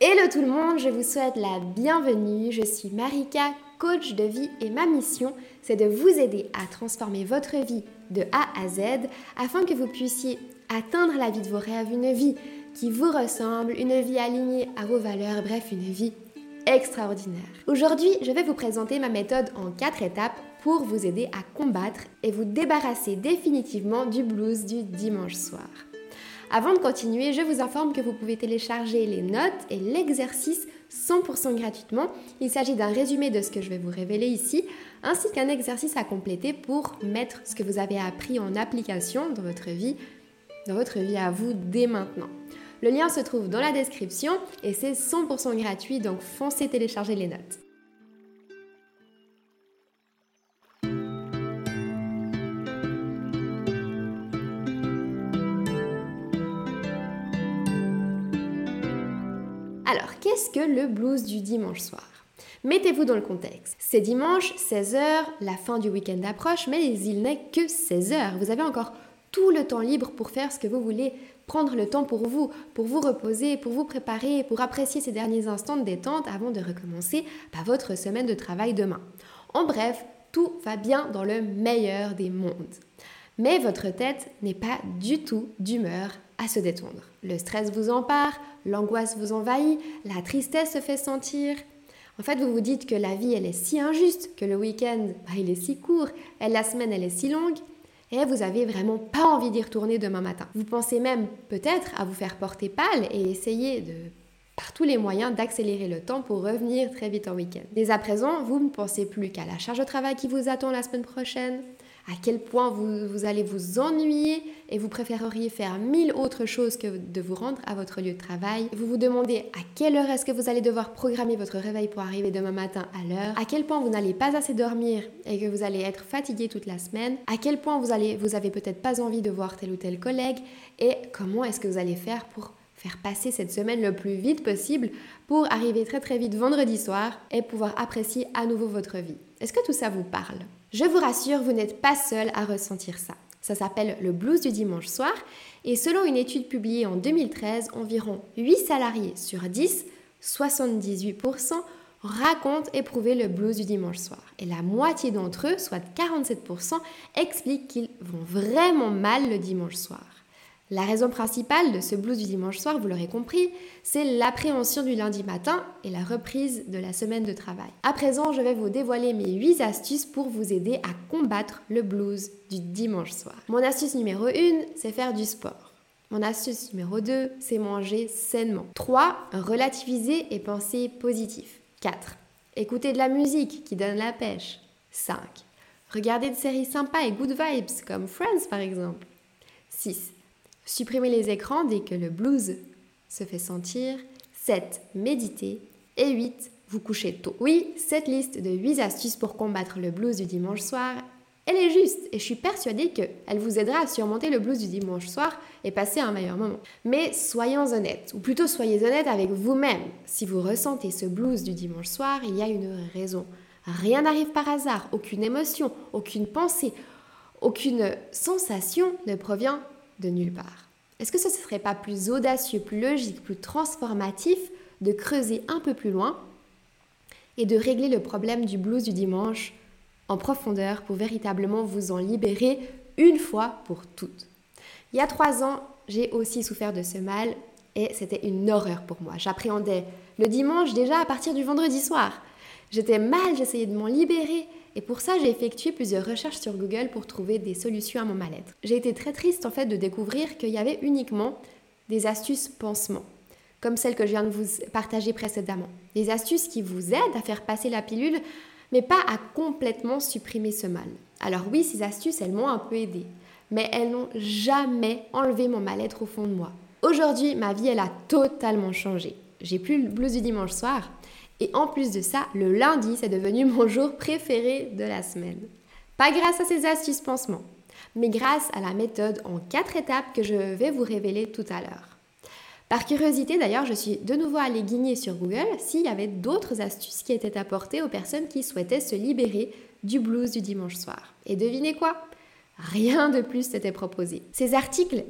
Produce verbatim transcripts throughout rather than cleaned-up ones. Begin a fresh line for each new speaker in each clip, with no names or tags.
Hello tout le monde, je vous souhaite la bienvenue. Je suis Marika, coach de vie et ma mission, c'est de vous aider à transformer votre vie de A à Z afin que vous puissiez atteindre la vie de vos rêves, une vie qui vous ressemble, une vie alignée à vos valeurs, bref, une vie extraordinaire. Aujourd'hui, je vais vous présenter ma méthode en quatre étapes pour vous aider à combattre et vous débarrasser définitivement du blues du dimanche soir. Avant de continuer, je vous informe que vous pouvez télécharger les notes et l'exercice cent pour cent gratuitement. Il s'agit d'un résumé de ce que je vais vous révéler ici, ainsi qu'un exercice à compléter pour mettre ce que vous avez appris en application dans votre vie, dans votre vie à vous dès maintenant. Le lien se trouve dans la description et c'est cent pour cent gratuit, donc foncez télécharger les notes. Alors, qu'est-ce que le blues du dimanche soir ? Mettez-vous dans le contexte. C'est dimanche, seize heures, la fin du week-end approche, mais il n'est que seize heures. Vous avez encore tout le temps libre pour faire ce que vous voulez, prendre le temps pour vous, pour vous reposer, pour vous préparer, pour apprécier ces derniers instants de détente avant de recommencer bah, votre semaine de travail demain. En bref, tout va bien dans le meilleur des mondes. Mais votre tête n'est pas du tout d'humeur à se détendre. Le stress vous empare, l'angoisse vous envahit, la tristesse se fait sentir. En fait, vous vous dites que la vie, elle est si injuste, que le week-end, bah, il est si court, et la semaine, elle est si longue, et vous n'avez vraiment pas envie d'y retourner demain matin. Vous pensez même peut-être à vous faire porter pâle et essayer de, par tous les moyens d'accélérer le temps pour revenir très vite en week-end. Dès à présent, vous ne pensez plus qu'à la charge de travail qui vous attend la semaine prochaine, à quel point vous, vous allez vous ennuyer et vous préféreriez faire mille autres choses que de vous rendre à votre lieu de travail. Vous vous demandez à quelle heure est-ce que vous allez devoir programmer votre réveil pour arriver demain matin à l'heure, à quel point vous n'allez pas assez dormir et que vous allez être fatigué toute la semaine, à quel point vous, allez, vous avez peut-être pas envie de voir tel ou tel collègue et comment est-ce que vous allez faire pour faire passer cette semaine le plus vite possible pour arriver très très vite vendredi soir et pouvoir apprécier à nouveau votre vie. Est-ce que tout ça vous parle ? Je vous rassure, vous n'êtes pas seul à ressentir ça. Ça s'appelle le blues du dimanche soir et selon une étude publiée en deux mille treize, environ huit salariés sur dix, soixante-dix-huit pour cent, racontent éprouver le blues du dimanche soir. Et la moitié d'entre eux, soit quarante-sept pour cent, expliquent qu'ils vont vraiment mal le dimanche soir. La raison principale de ce blues du dimanche soir, vous l'aurez compris, c'est l'appréhension du lundi matin et la reprise de la semaine de travail. À présent, je vais vous dévoiler mes huit astuces pour vous aider à combattre le blues du dimanche soir. Mon astuce numéro un, c'est faire du sport. Mon astuce numéro deux, c'est manger sainement. trois. Relativiser et penser positif. quatre. Écouter de la musique qui donne la pêche. cinq. Regarder des séries sympas et good vibes comme Friends par exemple. six. Supprimer les écrans dès que le blues se fait sentir. sept. Méditer. Et huit. Vous coucher tôt. Oui, cette liste de huit astuces pour combattre le blues du dimanche soir, elle est juste et je suis persuadée qu'elle vous aidera à surmonter le blues du dimanche soir et passer un meilleur moment. Mais soyons honnêtes, ou plutôt soyez honnêtes avec vous-même. Si vous ressentez ce blues du dimanche soir, il y a une raison. Rien n'arrive par hasard, aucune émotion, aucune pensée, aucune sensation ne provient de nulle part. Est-ce que ce ne serait pas plus audacieux, plus logique, plus transformatif de creuser un peu plus loin et de régler le problème du blues du dimanche en profondeur pour véritablement vous en libérer une fois pour toutes? Il y a trois ans, j'ai aussi souffert de ce mal et c'était une horreur pour moi. J'appréhendais le dimanche déjà à partir du vendredi soir. J'étais mal, j'essayais de m'en libérer. Et pour ça, j'ai effectué plusieurs recherches sur Google pour trouver des solutions à mon mal-être. J'ai été très triste en fait de découvrir qu'il y avait uniquement des astuces pansements, comme celles que je viens de vous partager précédemment. Des astuces qui vous aident à faire passer la pilule, mais pas à complètement supprimer ce mal. Alors oui, ces astuces, elles m'ont un peu aidée, mais elles n'ont jamais enlevé mon mal-être au fond de moi. Aujourd'hui, ma vie, elle a totalement changé. J'ai plus le blues du dimanche soir. Et en plus de ça, le lundi, c'est devenu mon jour préféré de la semaine. Pas grâce à ces astuces pansements, mais grâce à la méthode en quatre étapes que je vais vous révéler tout à l'heure. Par curiosité d'ailleurs, je suis de nouveau allée guigner sur Google s'il y avait d'autres astuces qui étaient apportées aux personnes qui souhaitaient se libérer du blues du dimanche soir. Et devinez quoi ? Rien de plus n'était proposé. Ces articles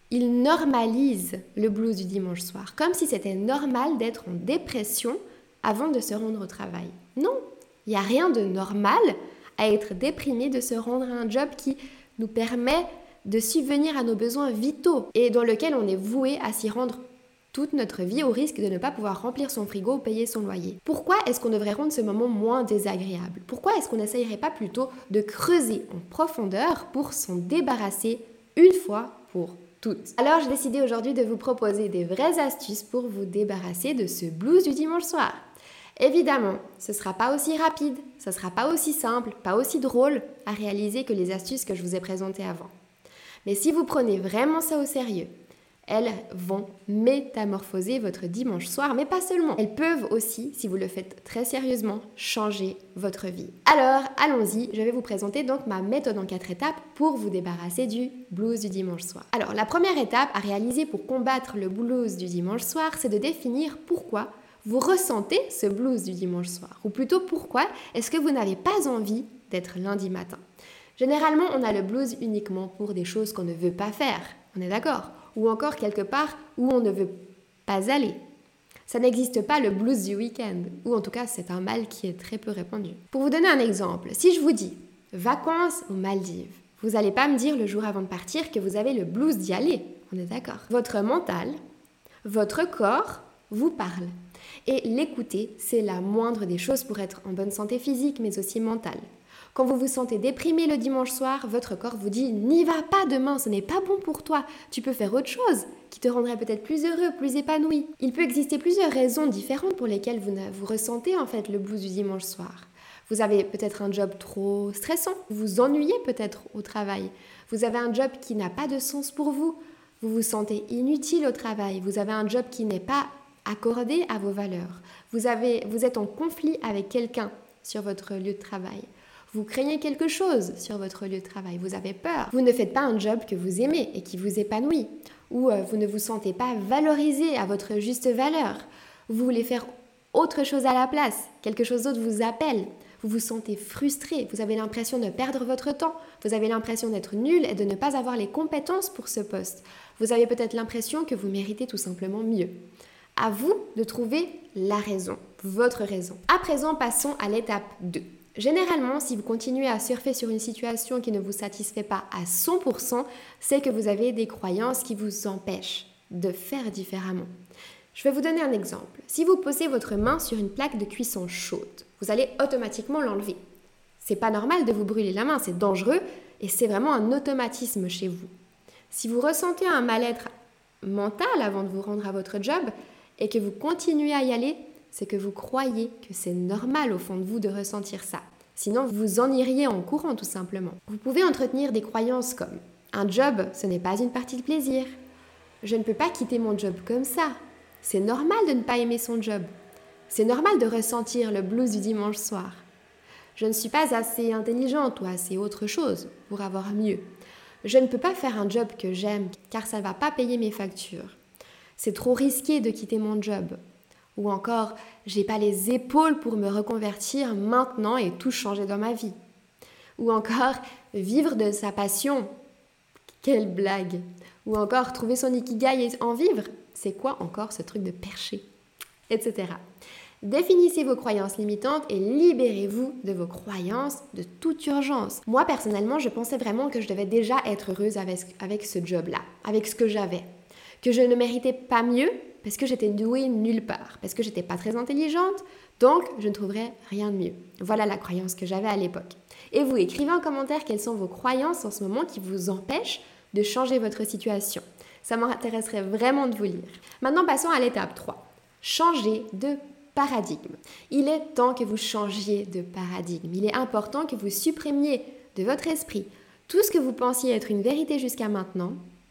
Ils normalisent le blues du dimanche soir, comme si c'était normal d'être en dépression avant de se rendre au travail. Non, il n'y a rien de normal à être déprimé de se rendre à un job qui nous permet de subvenir à nos besoins vitaux et dans lequel on est voué à s'y rendre toute notre vie au risque de ne pas pouvoir remplir son frigo ou payer son loyer. Pourquoi est-ce qu'on devrait rendre ce moment moins désagréable? Pourquoi est-ce qu'on n'essayerait pas plutôt de creuser en profondeur pour s'en débarrasser une fois pour toutes? Alors j'ai décidé aujourd'hui de vous proposer des vraies astuces pour vous débarrasser de ce blues du dimanche soir. Évidemment, ce ne sera pas aussi rapide, ce ne sera pas aussi simple, pas aussi drôle à réaliser que les astuces que je vous ai présentées avant. Mais si vous prenez vraiment ça au sérieux, elles vont métamorphoser votre dimanche soir, mais pas seulement. Elles peuvent aussi, si vous le faites très sérieusement, changer votre vie. Alors, allons-y, je vais vous présenter donc ma méthode en quatre étapes pour vous débarrasser du blues du dimanche soir. Alors, la première étape à réaliser pour combattre le blues du dimanche soir, c'est de définir pourquoi vous ressentez ce blues du dimanche soir. Ou plutôt, pourquoi est-ce que vous n'avez pas envie d'être lundi matin? Généralement, on a le blues uniquement pour des choses qu'on ne veut pas faire, on est d'accord? Ou encore quelque part où on ne veut pas aller. Ça n'existe pas le blues du week-end, ou en tout cas c'est un mal qui est très peu répandu. Pour vous donner un exemple, si je vous dis vacances aux Maldives, vous n'allez pas me dire le jour avant de partir que vous avez le blues d'y aller, on est d'accord? Votre mental, votre corps vous parle. Et l'écouter, c'est la moindre des choses pour être en bonne santé physique mais aussi mentale. Quand vous vous sentez déprimé le dimanche soir, votre corps vous dit « N'y va pas demain, ce n'est pas bon pour toi. Tu peux faire autre chose qui te rendrait peut-être plus heureux, plus épanoui. » Il peut exister plusieurs raisons différentes pour lesquelles vous, vous ressentez en fait le blues du dimanche soir. Vous avez peut-être un job trop stressant, vous vous ennuyez peut-être au travail. Vous avez un job qui n'a pas de sens pour vous. Vous vous sentez inutile au travail. Vous avez un job qui n'est pas accordé à vos valeurs. Vous, avez, vous êtes en conflit avec quelqu'un sur votre lieu de travail. Vous craignez quelque chose sur votre lieu de travail, vous avez peur. Vous ne faites pas un job que vous aimez et qui vous épanouit. Ou euh, vous ne vous sentez pas valorisé à votre juste valeur. Vous voulez faire autre chose à la place, quelque chose d'autre vous appelle. Vous vous sentez frustré, vous avez l'impression de perdre votre temps, vous avez l'impression d'être nul et de ne pas avoir les compétences pour ce poste. Vous avez peut-être l'impression que vous méritez tout simplement mieux. À vous de trouver la raison, votre raison. À présent, passons à l'étape deux. Généralement, si vous continuez à surfer sur une situation qui ne vous satisfait pas à cent pour cent, c'est que vous avez des croyances qui vous empêchent de faire différemment. Je vais vous donner un exemple. Si vous posez votre main sur une plaque de cuisson chaude, vous allez automatiquement l'enlever. C'est pas normal de vous brûler la main, c'est dangereux et c'est vraiment un automatisme chez vous. Si vous ressentez un mal-être mental avant de vous rendre à votre job et que vous continuez à y aller, c'est que vous croyez que c'est normal au fond de vous de ressentir ça. Sinon, vous en iriez en courant tout simplement. Vous pouvez entretenir des croyances comme « un job, ce n'est pas une partie de plaisir »,« je ne peux pas quitter mon job comme ça »,« c'est normal de ne pas aimer son job »,« c'est normal de ressentir le blues du dimanche soir »,« je ne suis pas assez intelligente ou assez autre chose pour avoir mieux »,« je ne peux pas faire un job que j'aime car ça ne va pas payer mes factures »,« c'est trop risqué de quitter mon job », ou encore « j'ai pas les épaules pour me reconvertir maintenant et tout changer dans ma vie ». Ou encore « vivre de sa passion ». Quelle blague. Ou encore « trouver son ikigai et en vivre ». C'est quoi encore ce truc de percher, et cetera. Définissez vos croyances limitantes et libérez-vous de vos croyances de toute urgence. Moi, personnellement, je pensais vraiment que je devais déjà être heureuse avec, avec ce job-là, avec ce que j'avais. Que je ne méritais pas mieux parce que j'étais douée nulle part, parce que j'étais pas très intelligente, donc je ne trouverais rien de mieux. Voilà la croyance que j'avais à l'époque. Et vous, écrivez en commentaire quelles sont vos croyances en ce moment qui vous empêchent de changer votre situation. Ça m'intéresserait vraiment de vous lire. Maintenant, passons à l'étape trois. Changer de paradigme. Il est temps que vous changiez de paradigme. Il est important que vous supprimiez de votre esprit tout ce que vous pensiez être une vérité jusqu'à maintenant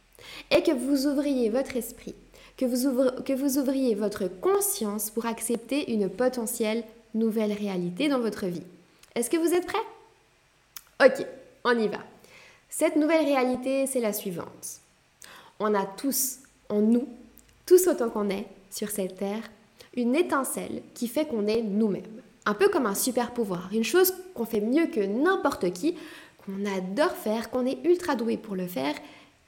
et que vous ouvriez votre esprit, que vous, ouvre, que vous ouvriez votre conscience pour accepter une potentielle nouvelle réalité dans votre vie. Est-ce que vous êtes prêts? Ok, on y va. Cette nouvelle réalité, c'est la suivante. On a tous en nous, tous autant qu'on est sur cette terre, une étincelle qui fait qu'on est nous-mêmes. Un peu comme un super pouvoir, une chose qu'on fait mieux que n'importe qui, qu'on adore faire, qu'on est ultra doué pour le faire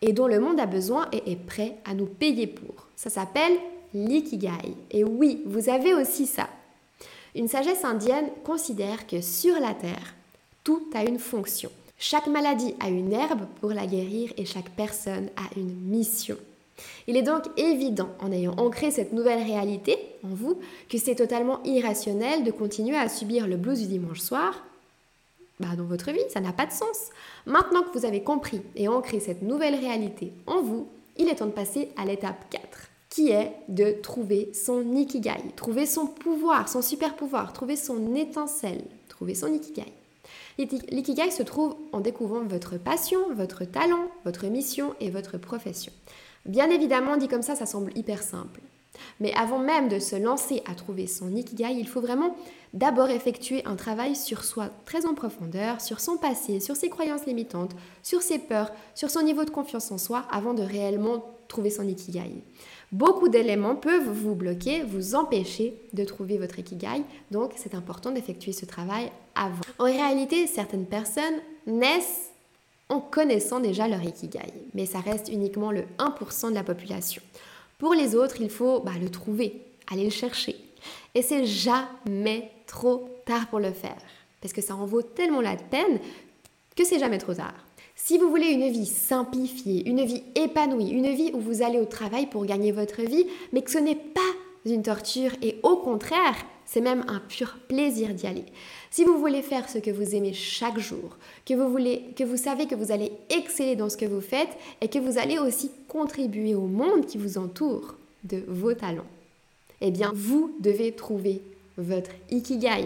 et dont le monde a besoin et est prêt à nous payer pour. Ça s'appelle l'ikigai. Et oui, vous avez aussi ça. Une sagesse indienne considère que sur la Terre, tout a une fonction. Chaque maladie a une herbe pour la guérir et chaque personne a une mission. Il est donc évident, en ayant ancré cette nouvelle réalité en vous, que c'est totalement irrationnel de continuer à subir le blues du dimanche soir bah, dans votre vie. Ça n'a pas de sens. Maintenant que vous avez compris et ancré cette nouvelle réalité en vous, il est temps de passer à l'étape quatre, qui est de trouver son ikigai, trouver son pouvoir, son super pouvoir, trouver son étincelle, trouver son ikigai. L'ikigai se trouve en découvrant votre passion, votre talent, votre mission et votre profession. Bien évidemment, dit comme ça, ça semble hyper simple. Mais avant même de se lancer à trouver son ikigai, il faut vraiment d'abord effectuer un travail sur soi très en profondeur, sur son passé, sur ses croyances limitantes, sur ses peurs, sur son niveau de confiance en soi avant de réellement trouver son ikigai. Beaucoup d'éléments peuvent vous bloquer, vous empêcher de trouver votre ikigai, donc c'est important d'effectuer ce travail avant. En réalité, certaines personnes naissent en connaissant déjà leur ikigai, mais ça reste uniquement le un pour cent de la population. Pour les autres, il faut bah, le trouver, aller le chercher. Et c'est jamais trop tard pour le faire, parce que ça en vaut tellement la peine que c'est jamais trop tard. Si vous voulez une vie simplifiée, une vie épanouie, une vie où vous allez au travail pour gagner votre vie, mais que ce n'est pas une torture et au contraire, c'est même un pur plaisir d'y aller. Si vous voulez faire ce que vous aimez chaque jour, que vous, voulez, que vous savez que vous allez exceller dans ce que vous faites et que vous allez aussi contribuer au monde qui vous entoure de vos talents, eh bien, vous devez trouver votre ikigai.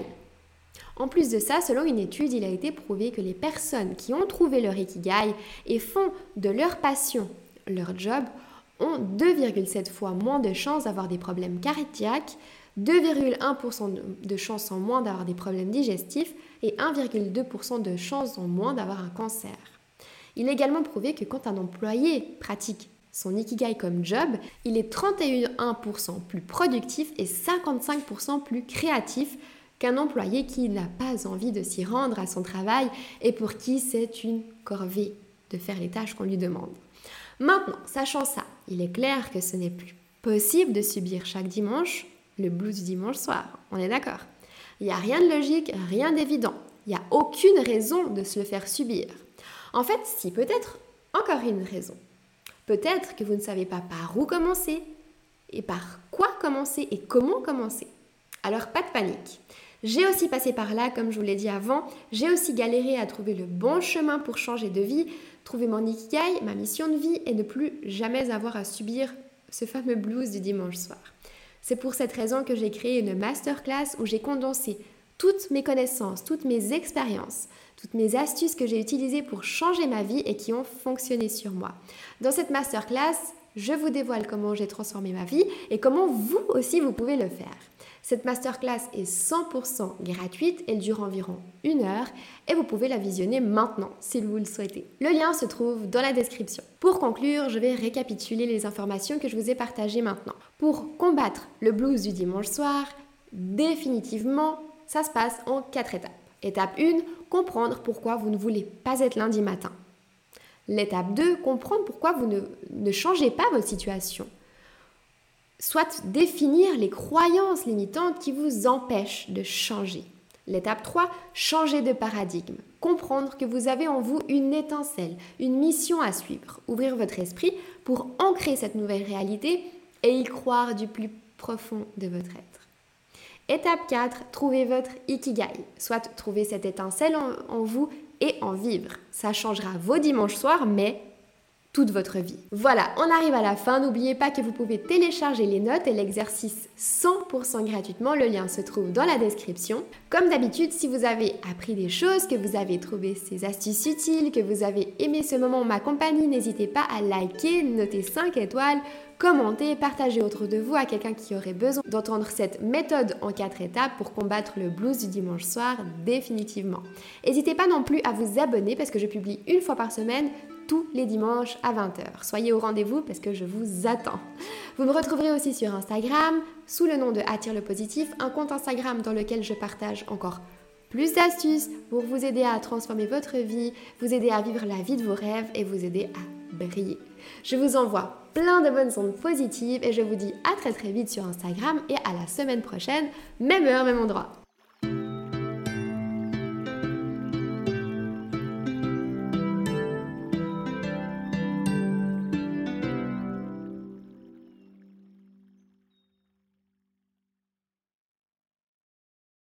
En plus de ça, selon une étude, il a été prouvé que les personnes qui ont trouvé leur ikigai et font de leur passion leur job ont deux virgule sept fois moins de chances d'avoir des problèmes cardiaques, deux virgule un pour cent de chances en moins d'avoir des problèmes digestifs et un virgule deux pour cent de chances en moins d'avoir un cancer. Il est également prouvé que quand un employé pratique son ikigai comme job, il est trente et un pour cent plus productif et cinquante-cinq pour cent plus créatif qu'un employé qui n'a pas envie de s'y rendre à son travail et pour qui c'est une corvée de faire les tâches qu'on lui demande. Maintenant, sachant ça, il est clair que ce n'est plus possible de subir chaque dimanche le blues du dimanche soir. On est d'accord? Il n'y a rien de logique, rien d'évident. Il n'y a aucune raison de se le faire subir. En fait, si, peut-être encore une raison. Peut-être que vous ne savez pas par où commencer, et par quoi commencer, et comment commencer. Alors, pas de panique. J'ai aussi passé par là, comme je vous l'ai dit avant. J'ai aussi galéré à trouver le bon chemin pour changer de vie, trouver mon ikigai, ma mission de vie, et ne plus jamais avoir à subir ce fameux blues du dimanche soir. C'est pour cette raison que j'ai créé une masterclass où j'ai condensé toutes mes connaissances, toutes mes expériences, toutes mes astuces que j'ai utilisées pour changer ma vie et qui ont fonctionné sur moi. Dans cette masterclass, je vous dévoile comment j'ai transformé ma vie et comment vous aussi vous pouvez le faire. Cette masterclass est cent pour cent gratuite, elle dure environ une heure et vous pouvez la visionner maintenant si vous le souhaitez. Le lien se trouve dans la description. Pour conclure, je vais récapituler les informations que je vous ai partagées maintenant. Pour combattre le blues du dimanche soir, définitivement, ça se passe en quatre étapes. Étape un, comprendre pourquoi vous ne voulez pas être lundi matin. L'étape deux, comprendre pourquoi vous ne, ne changez pas votre situation. Soit définir les croyances limitantes qui vous empêchent de changer. L'étape trois, changer de paradigme. Comprendre que vous avez en vous une étincelle, une mission à suivre. Ouvrir votre esprit pour ancrer cette nouvelle réalité et y croire du plus profond de votre être. Étape quatre, trouver votre ikigai. Soit trouver cette étincelle en, en vous et en vivre. Ça changera vos dimanches soirs, mais toute votre vie. Voilà, on arrive à la fin. N'oubliez pas que vous pouvez télécharger les notes et l'exercice cent pour cent gratuitement. Le lien se trouve dans la description. Comme d'habitude, si vous avez appris des choses, que vous avez trouvé ces astuces utiles, que vous avez aimé ce moment en ma compagnie, n'hésitez pas à liker, noter cinq étoiles, commenter, partager autour de vous à quelqu'un qui aurait besoin d'entendre cette méthode en quatre étapes pour combattre le blues du dimanche soir définitivement. N'hésitez pas non plus à vous abonner parce que je publie une fois par semaine tous les dimanches à vingt heures. Soyez au rendez-vous parce que je vous attends. Vous me retrouverez aussi sur Instagram sous le nom de Attire le Positif, un compte Instagram dans lequel je partage encore plus d'astuces pour vous aider à transformer votre vie, vous aider à vivre la vie de vos rêves et vous aider à briller. Je vous envoie plein de bonnes ondes positives et je vous dis à très très vite sur Instagram et à la semaine prochaine, même heure, même endroit.